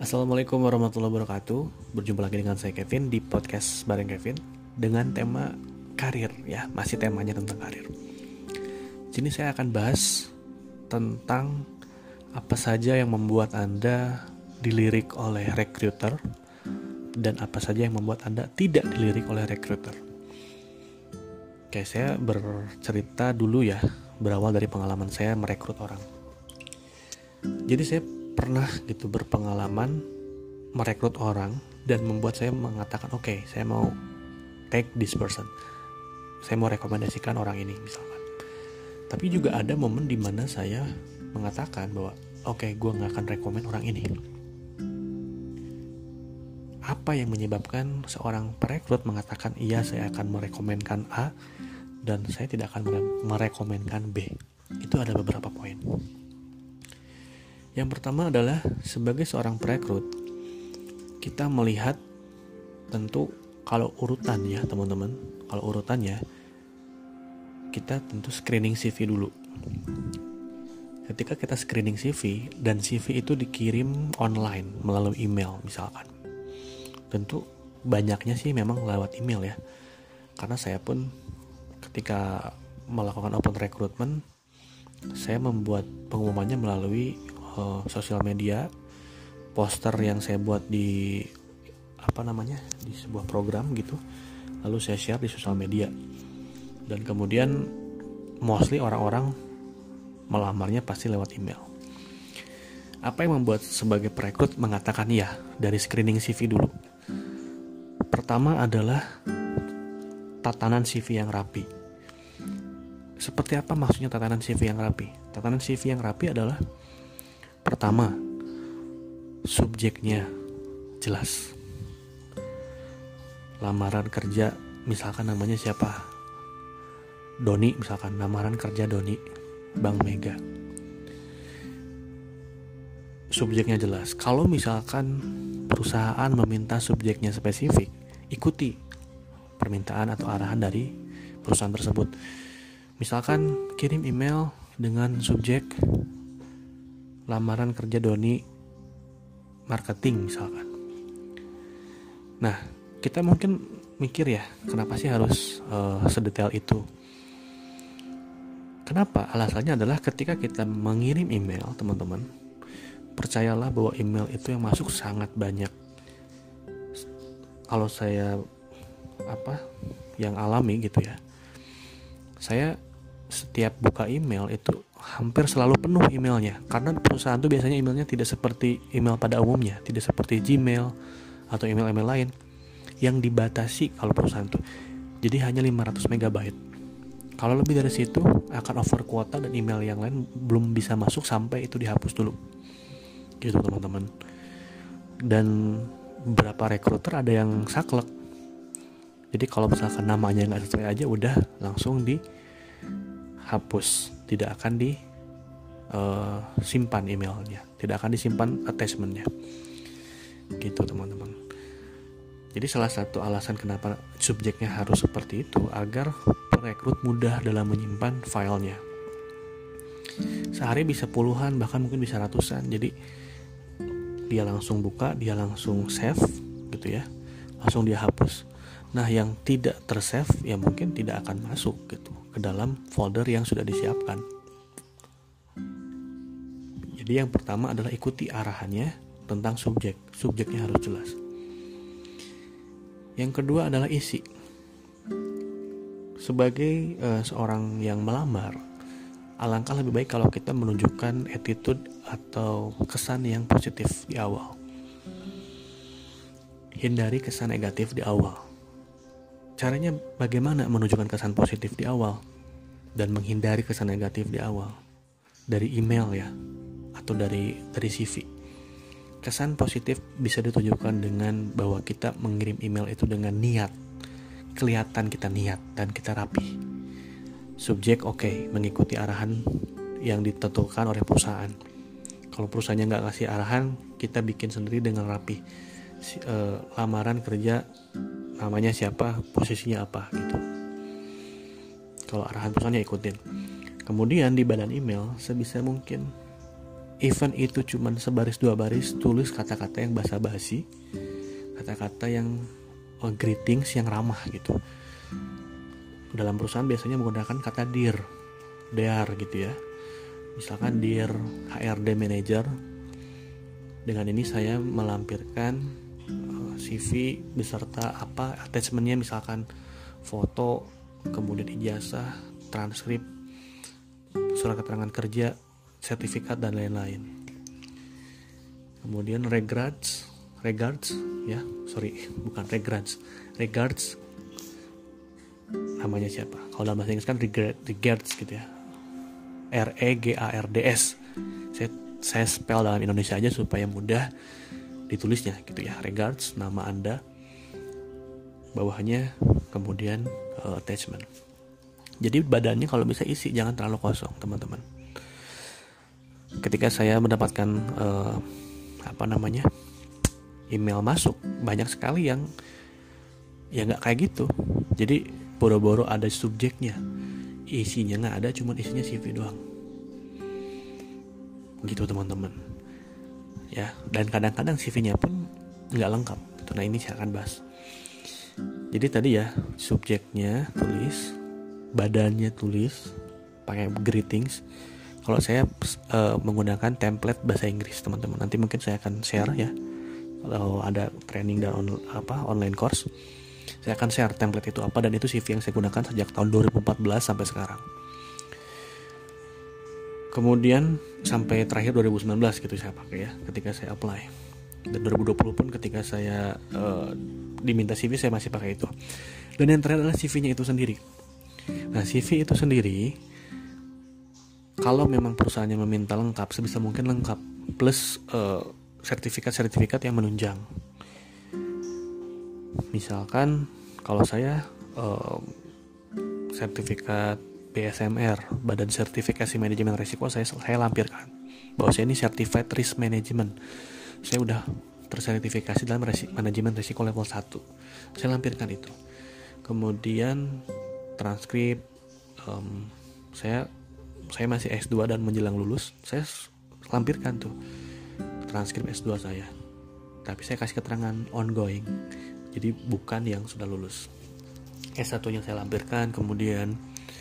Assalamualaikum warahmatullahi wabarakatuh. Berjumpa lagi dengan saya Kevin di podcast bareng Kevin dengan tema karir ya, masih temanya tentang karir. Sini saya akan bahas tentang apa saja yang membuat Anda dilirik oleh recruiter dan apa saja yang membuat Anda tidak dilirik oleh recruiter. Oke, saya bercerita dulu ya, berawal dari pengalaman saya merekrut orang. Jadi saya pernah gitu berpengalaman merekrut orang dan membuat saya mengatakan oke, saya mau take this person, saya mau rekomendasikan orang ini misalkan. Tapi juga ada momen di mana saya mengatakan bahwa oke, gue nggak akan rekomend orang ini. Apa yang menyebabkan seorang perekrut mengatakan iya saya akan merekomendkan A dan saya tidak akan merekomendkan B? Itu ada beberapa poin. Yang pertama adalah sebagai seorang perekrut, kita melihat tentu kalau urutan ya teman-teman, kalau urutannya kita tentu screening CV dulu. Ketika kita screening CV dan CV itu dikirim online melalui email misalkan, tentu banyaknya sih memang lewat email ya, karena saya pun ketika melakukan open recruitment saya membuat pengumumannya melalui sosial media, poster yang saya buat di di sebuah program gitu, lalu saya share di sosial media, dan kemudian mostly orang-orang melamarnya pasti lewat email. Apa yang membuat sebagai perekrut mengatakan ya dari screening CV dulu? Pertama adalah tatanan CV yang rapi. Seperti apa maksudnya tatanan CV yang rapi? Tatanan CV yang rapi adalah pertama, subjeknya jelas. Lamaran kerja, misalkan namanya siapa? Doni misalkan, lamaran kerja Doni, Bank Mega. Subjeknya jelas. Kalau misalkan perusahaan meminta subjeknya spesifik, ikuti permintaan atau arahan dari perusahaan tersebut. Misalkan kirim email dengan subjek lamaran kerja Doni marketing misalkan. Nah, kita mungkin mikir ya, kenapa sih harus sedetail itu? Kenapa? Alasannya adalah ketika kita mengirim email, teman-teman, percayalah bahwa email itu yang masuk sangat banyak. Kalau saya yang alami gitu ya, saya setiap buka email itu hampir selalu penuh emailnya, karena perusahaan itu biasanya emailnya tidak seperti email pada umumnya, tidak seperti Gmail atau email-email lain yang dibatasi kalau perusahaan itu. Jadi hanya 500 MB. Kalau lebih dari situ akan over kuota dan email yang lain belum bisa masuk sampai itu dihapus dulu. Gitu teman-teman. Dan beberapa recruiter ada yang saklek. Jadi kalau misalkan namanya nggak sesuai aja udah langsung dihapus, tidak akan disimpan emailnya, tidak akan disimpan attachmentnya. Gitu teman-teman. Jadi salah satu alasan kenapa subjeknya harus seperti itu agar perekrut mudah dalam menyimpan filenya. Sehari bisa puluhan, bahkan mungkin bisa ratusan. Jadi dia langsung buka, dia langsung save gitu ya, langsung dia hapus. Nah yang tidak tersave ya mungkin tidak akan masuk gitu ke dalam folder yang sudah disiapkan. Jadi yang pertama adalah ikuti arahannya tentang subjeknya harus jelas. Yang kedua adalah isi. Sebagai seorang yang melamar, alangkah lebih baik kalau kita menunjukkan attitude atau kesan yang positif di awal. Hindari kesan negatif di awal. Caranya bagaimana menunjukkan kesan positif di awal dan menghindari kesan negatif di awal? Dari email ya, atau dari CV. Kesan positif bisa ditunjukkan dengan bahwa kita mengirim email itu dengan niat, kelihatan kita niat dan kita rapi. Subjek mengikuti arahan yang ditentukan oleh perusahaan. Kalau perusahaannya nggak kasih arahan, kita bikin sendiri dengan rapi. Lamaran kerja namanya siapa, posisinya apa gitu. Kalau arahan perusahaannya ikutin. Kemudian di badan email sebisa mungkin Even itu cuman sebaris dua baris, tulis kata-kata yang basa-basi, kata-kata yang greetings yang ramah gitu. Dalam perusahaan biasanya menggunakan kata dear gitu ya. Misalkan dear HRD manager. Dengan ini saya melampirkan CV beserta attachmentnya, misalkan foto, kemudian ijazah, transkrip, surat keterangan kerja, sertifikat dan lain-lain. Kemudian regards namanya siapa? Kalau dalam bahasa Inggris kan regards gitu ya. REGARDS. Saya spell dalam Indonesia aja supaya mudah ditulisnya gitu ya. Regards, nama Anda, bawahnya kemudian attachment. Jadi badannya kalau bisa isi, jangan terlalu kosong, teman-teman. Ketika saya mendapatkan email masuk, banyak sekali yang ya nggak kayak gitu. Jadi boro-boro ada subjeknya, isinya nggak ada, cuma isinya CV doang. Gitu teman-teman. Ya, dan kadang-kadang CV-nya pun nggak lengkap. Nah ini saya akan bahas. Jadi tadi ya, subjeknya tulis, badannya tulis, pakai greetings. Kalau saya menggunakan template bahasa Inggris, teman-teman. Nanti mungkin saya akan share ya. Kalau ada training dan online course, saya akan share template itu apa, dan itu CV yang saya gunakan sejak tahun 2014 sampai sekarang. Kemudian sampai terakhir 2019 gitu saya pakai ya, ketika saya apply. Dan 2020 pun ketika saya diminta CV, saya masih pakai itu. Dan yang terakhir adalah CV-nya itu sendiri. Nah, CV itu sendiri, kalau memang perusahaannya meminta lengkap, sebisa mungkin lengkap, plus sertifikat-sertifikat yang menunjang. Misalkan kalau saya sertifikat BSMR, Badan Sertifikasi Manajemen Risiko, saya lampirkan bahwa saya ini Certified Risk Management. Saya udah tersertifikasi dalam manajemen risiko level 1. Saya lampirkan itu. Kemudian transkrip, saya masih S2 dan menjelang lulus, saya lampirkan tuh transkrip S2 saya. Tapi saya kasih keterangan ongoing. Jadi bukan yang sudah lulus. S1 yang saya lampirkan, kemudian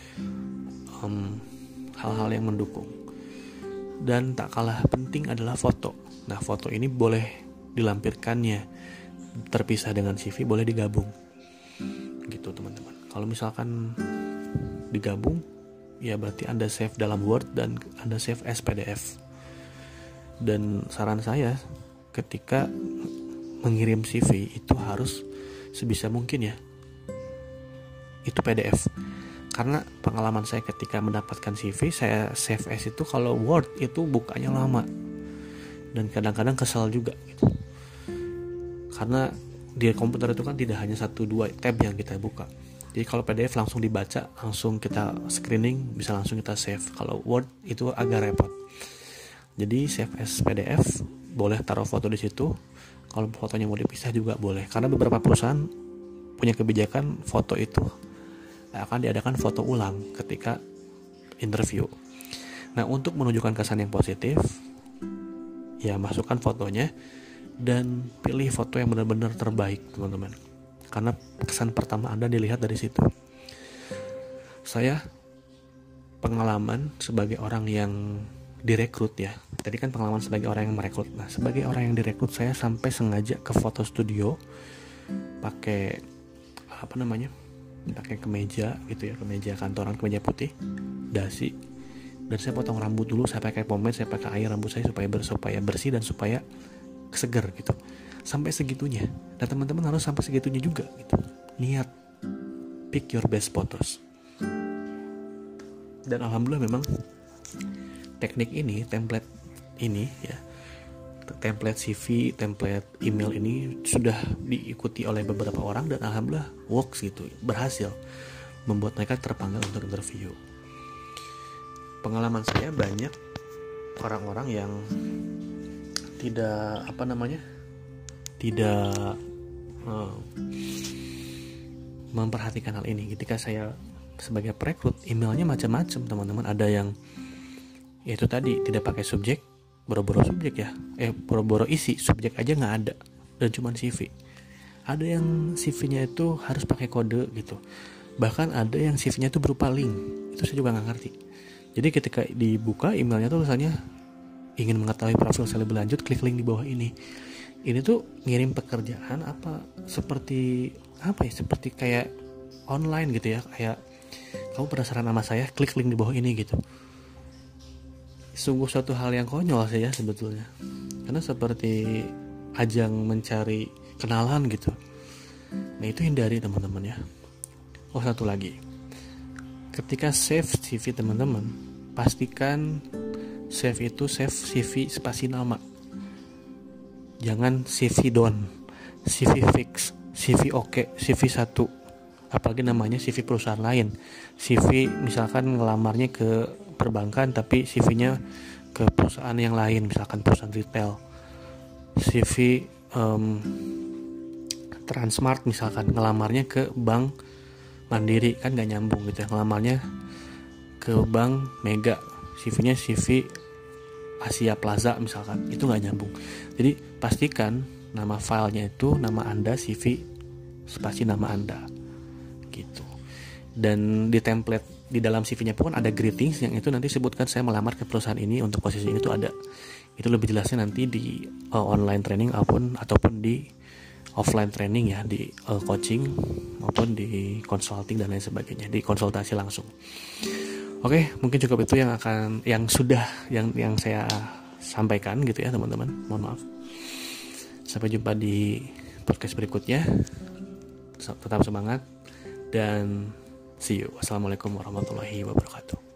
hal-hal yang mendukung. Dan tak kalah penting adalah foto. Nah, foto ini boleh dilampirkannya terpisah dengan CV, boleh digabung. Gitu, teman-teman. Kalau misalkan digabung, ya berarti Anda save dalam Word dan Anda save as PDF. Dan saran saya ketika mengirim CV itu harus sebisa mungkin ya itu PDF. Karena pengalaman saya ketika mendapatkan CV, saya save as itu kalau Word itu bukanya lama. Dan kadang-kadang kesal juga gitu. Karena di komputer itu kan tidak hanya 1-2 tab yang kita buka. Jadi kalau PDF langsung dibaca, langsung kita screening, bisa langsung kita save. Kalau Word itu agak repot. Jadi save as PDF, boleh taruh foto di situ. Kalau fotonya mau dipisah juga boleh. Karena beberapa perusahaan punya kebijakan foto itu akan diadakan foto ulang ketika interview. Nah, untuk menunjukkan kesan yang positif, ya masukkan fotonya dan pilih foto yang benar-benar terbaik, teman-teman. Karena kesan pertama Anda dilihat dari situ. Saya pengalaman sebagai orang yang direkrut ya. Tadi kan pengalaman sebagai orang yang merekrut. Nah, sebagai orang yang direkrut, saya sampai sengaja ke foto studio pakai pakai kemeja gitu ya, kemeja kantoran, kemeja putih, dasi. Dan saya potong rambut dulu, saya pakai pomade, saya pakai air rambut saya supaya bersih dan supaya seger gitu. Sampai segitunya. Dan teman-teman harus sampai segitunya juga gitu. Niat pick your best photos. Dan alhamdulillah memang teknik ini, template ini ya, template CV, template email ini sudah diikuti oleh beberapa orang dan alhamdulillah works gitu, berhasil membuat mereka terpanggil untuk interview. Pengalaman saya banyak orang-orang yang tidak memperhatikan hal ini. Ketika saya sebagai perekrut, emailnya macam-macam, teman-teman. Ada yang yaitu tadi tidak pakai subjek, boro-boro subjek ya, boro-boro isi subjek aja nggak ada dan cuman CV. Ada yang CV-nya itu harus pakai kode gitu, bahkan ada yang CV-nya itu berupa link. Itu saya juga nggak ngerti. Jadi ketika dibuka emailnya tuh misalnya ingin mengetahui profil saya lebih lanjut, klik link di bawah ini. Ini tuh ngirim pekerjaan apa seperti apa ya, seperti kayak online gitu ya, kayak kamu penasaran sama saya, klik link di bawah ini gitu. Sungguh suatu hal yang konyol sih ya sebetulnya, karena seperti ajang mencari kenalan gitu. Nah itu hindari teman-teman ya. Oh satu lagi, ketika save CV teman-teman, pastikan save itu save CV spasi nama, jangan CV don, CV fix, CV oke, CV 1, apalagi namanya CV perusahaan lain. CV misalkan ngelamarnya ke perbankan tapi CV-nya ke perusahaan yang lain, misalkan perusahaan retail. CV Transmart misalkan ngelamarnya ke Bank Mandiri, kan gak nyambung gitu ya. Ngelamarnya ke Bank Mega, CV-nya CV Asia Plaza misalkan, itu gak nyambung. Jadi pastikan nama filenya itu nama Anda, CV spasi nama Anda gitu. Dan di template di dalam CV-nya pun ada greetings yang itu nanti sebutkan saya melamar ke perusahaan ini untuk posisi ini tuh ada. Itu lebih jelasnya nanti di online training ataupun di offline training ya, di coaching maupun di consulting dan lain sebagainya, di konsultasi langsung. Oke, mungkin cukup itu yang saya sampaikan gitu ya teman-teman. Mohon maaf. Sampai jumpa di podcast berikutnya. Tetap semangat dan see you. Wassalamualaikum warahmatullahi wabarakatuh.